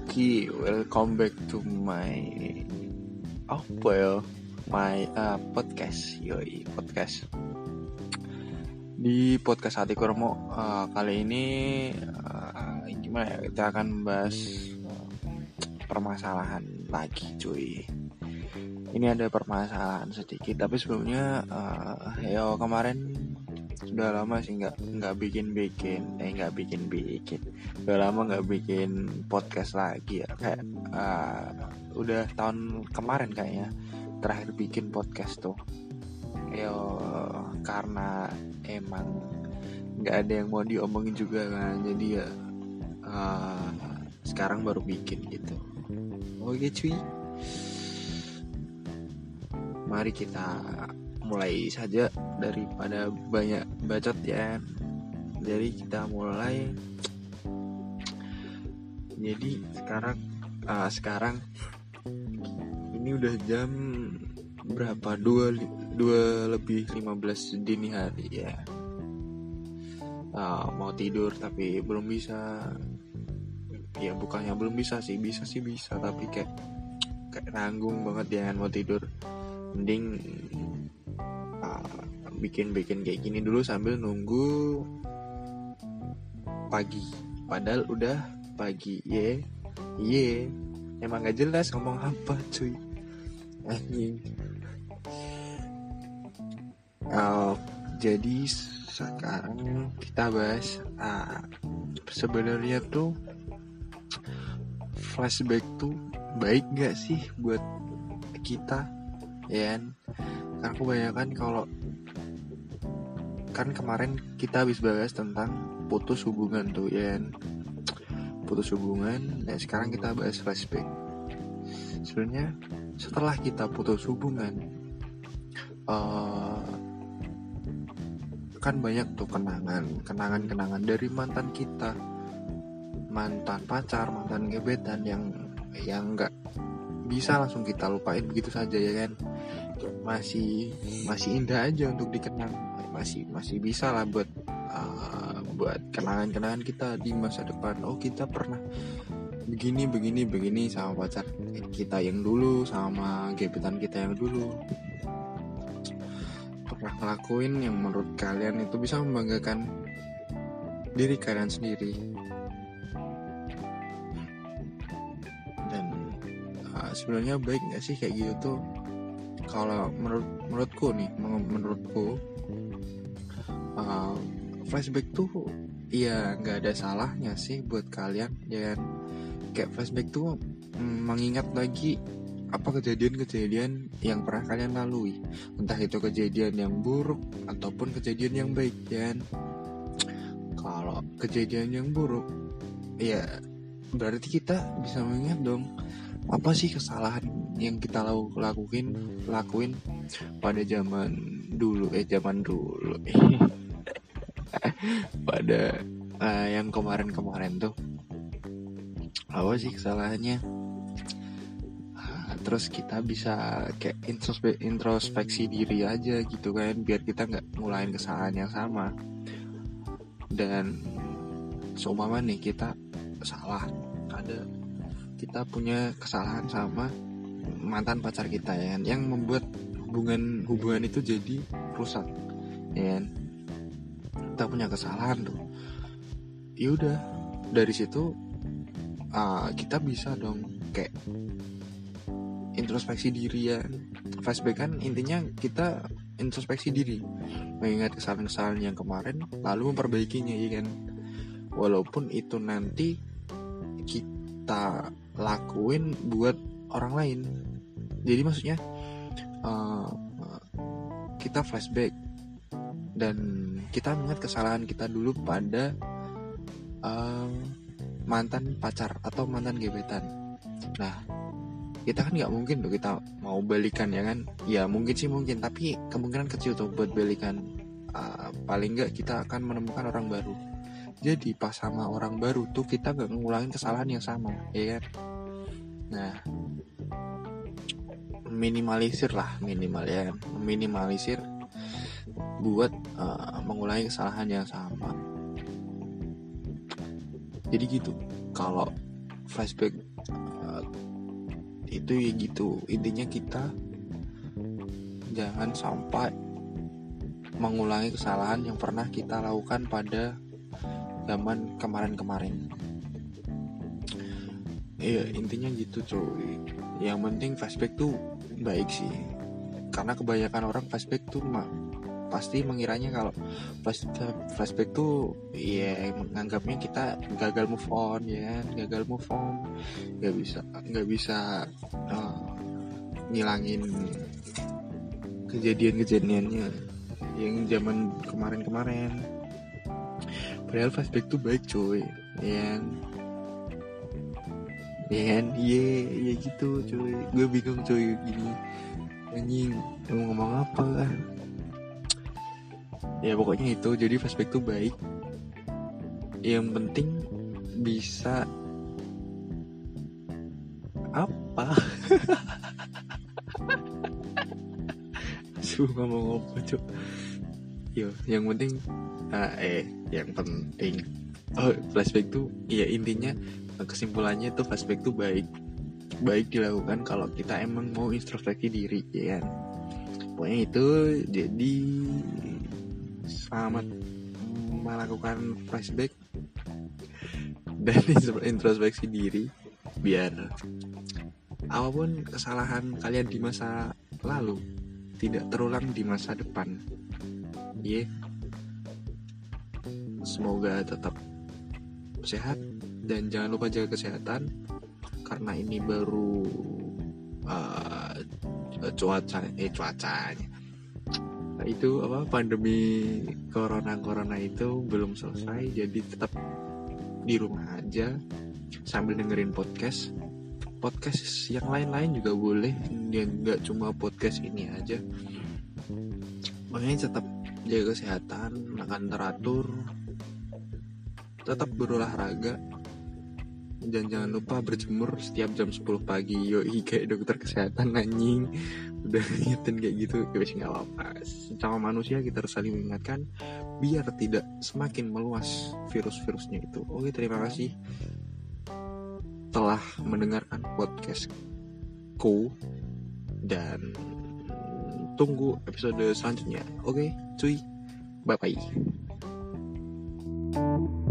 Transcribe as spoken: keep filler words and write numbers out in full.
Oke, welcome back to my oh well, my uh, podcast, yoi podcast. Di podcast Hati Kurmo uh, kali ini uh, gimana ya, kita akan membahas uh, permasalahan lagi, cuy. Ini ada permasalahan sedikit, tapi sebelumnya uh, yo kemarin sudah lama sih nggak nggak bikin bikin eh nggak bikin bikin udah lama nggak bikin podcast lagi ya, kayak uh, udah tahun kemarin kayaknya terakhir bikin podcast tuh yo, karena emang nggak ada yang mau diomongin juga kan, jadi ya uh, sekarang baru bikin gitu. Oke cuy, mari kita mulai saja daripada banyak bacot ya. Jadi kita mulai. Jadi sekarang uh, sekarang ini udah jam berapa? Dua dua lebih lima belas dini hari ya. Uh, mau tidur tapi belum bisa. Ya bukannya belum bisa sih, bisa sih bisa, tapi kayak kayak nanggung banget ya mau tidur. Mending uh, bikin-bikin kayak gini dulu sambil nunggu pagi. Padahal udah pagi, ye, ye. Emang gak jelas ngomong apa, cuy. Anjing. Uh, jadi sekarang kita bahas uh, sebenarnya tuh flashback tuh baik gak sih buat kita, ya kan? Karena kebanyakan kalau kan kemarin kita habis bahas tentang putus hubungan tuh ya kan? Putus hubungan, dan sekarang kita bahas flashback. Sebenarnya setelah kita putus hubungan uh, kan banyak tuh kenangan kenangan-kenangan dari mantan kita, mantan pacar, mantan gebetan yang yang nggak bisa langsung kita lupain begitu saja ya kan. Masih masih indah aja untuk dikenang, masih masih bisa lah buat uh, buat kenangan-kenangan kita di masa depan. Oh, kita pernah begini begini begini sama pacar kita yang dulu, sama gebetan kita yang dulu, pernah ngelakuin yang menurut kalian itu bisa membanggakan diri kalian sendiri. Dan uh, sebenarnya baik nggak sih kayak gitu tuh? Kalau menurut menurutku nih, menurutku uh, flashback tuh ya nggak ada salahnya sih buat kalian ya. Kayak flashback tuh mm, mengingat lagi apa kejadian-kejadian yang pernah kalian lalui, entah itu kejadian yang buruk ataupun kejadian yang baik ya. Kalau kejadian yang buruk ya berarti kita bisa mengingat dong, apa sih kesalahan yang kita lakuin lakuin pada zaman dulu eh zaman dulu pada uh, yang kemarin-kemarin tuh, apa sih kesalahannya. Uh, terus kita bisa kayak introspek, introspeksi diri aja gitu kan, biar kita nggak ngulain kesalahan yang sama. Dan seumpama nih kita salah, ada kita punya kesalahan sama mantan pacar kita ya kan, yang membuat hubungan hubungan itu jadi rusak ya kan. Kita punya kesalahan tuh, ya udah dari situ uh, kita bisa dong kayak introspeksi diri ya. Flashback kan intinya kita introspeksi diri, mengingat kesalahan-kesalahan yang kemarin lalu memperbaikinya ya kan. Walaupun itu nanti kita lakuin buat orang lain. Jadi maksudnya uh, kita flashback dan kita mengingat kesalahan kita dulu pada uh, mantan pacar atau mantan gebetan. Nah, kita kan nggak mungkin tuh kita mau balikan ya kan. Ya mungkin sih mungkin, tapi kemungkinan kecil tuh buat balikan. uh, Paling nggak kita akan menemukan orang baru. Jadi pas sama orang baru tuh kita nggak ngulangin kesalahan yang sama ya kan. Nah, minimalisir lah minimal ya, minimalisir buat uh, mengulangi kesalahan yang sama. Jadi gitu. Kalau flashback uh, itu ya gitu. Intinya kita jangan sampai mengulangi kesalahan yang pernah kita lakukan pada zaman kemarin-kemarin. Iya, intinya gitu cuy. Yang penting flashback tuh baik sih, karena kebanyakan orang flashback tuh mah pasti mengiranya kalau flash, flashback tuh ya menganggapnya kita gagal move on, ya gagal move on, nggak bisa nggak bisa uh, ngilangin kejadian-kejadiannya yang zaman kemarin-kemarin. Padahal flashback tuh baik cuy, ya ya iya iya gitu cuy. Gue bingung cuy gini, anjing mau ngomong apa lah. Ya pokoknya itu, jadi flashback tuh baik, yang penting bisa apa suruh ngomong apa cuy. Yo, yang penting uh, eh yang penting oh flashback tuh ya intinya kesimpulannya tuh flashback tuh baik baik dilakukan kalau kita emang mau introspeksi diri, ya kan. Pokoknya itu, jadi selamat melakukan flashback dan introspeksi diri biar apapun kesalahan kalian di masa lalu tidak terulang di masa depan. Ya, yeah. Semoga tetap sehat dan jangan lupa jaga kesehatan, karena ini baru uh, cuaca eh cuacanya nah, itu apa pandemi corona corona itu belum selesai, jadi tetap di rumah aja sambil dengerin podcast podcast yang lain-lain juga boleh, dan nggak cuma podcast ini aja. Makanya tetap jaga kesehatan, makan teratur, tetap berolahraga, dan jangan lupa berjemur setiap jam sepuluh pagi. Yoi, kayak dokter kesehatan anjing udah ngingetin kayak gitu. Ya wes, nggak apa-apa, sama manusia kita harus saling mengingatkan biar tidak semakin meluas virus-virusnya itu. Oke, terima kasih telah mendengarkan podcastku dan tunggu episode selanjutnya. Oke cuy, bye bye.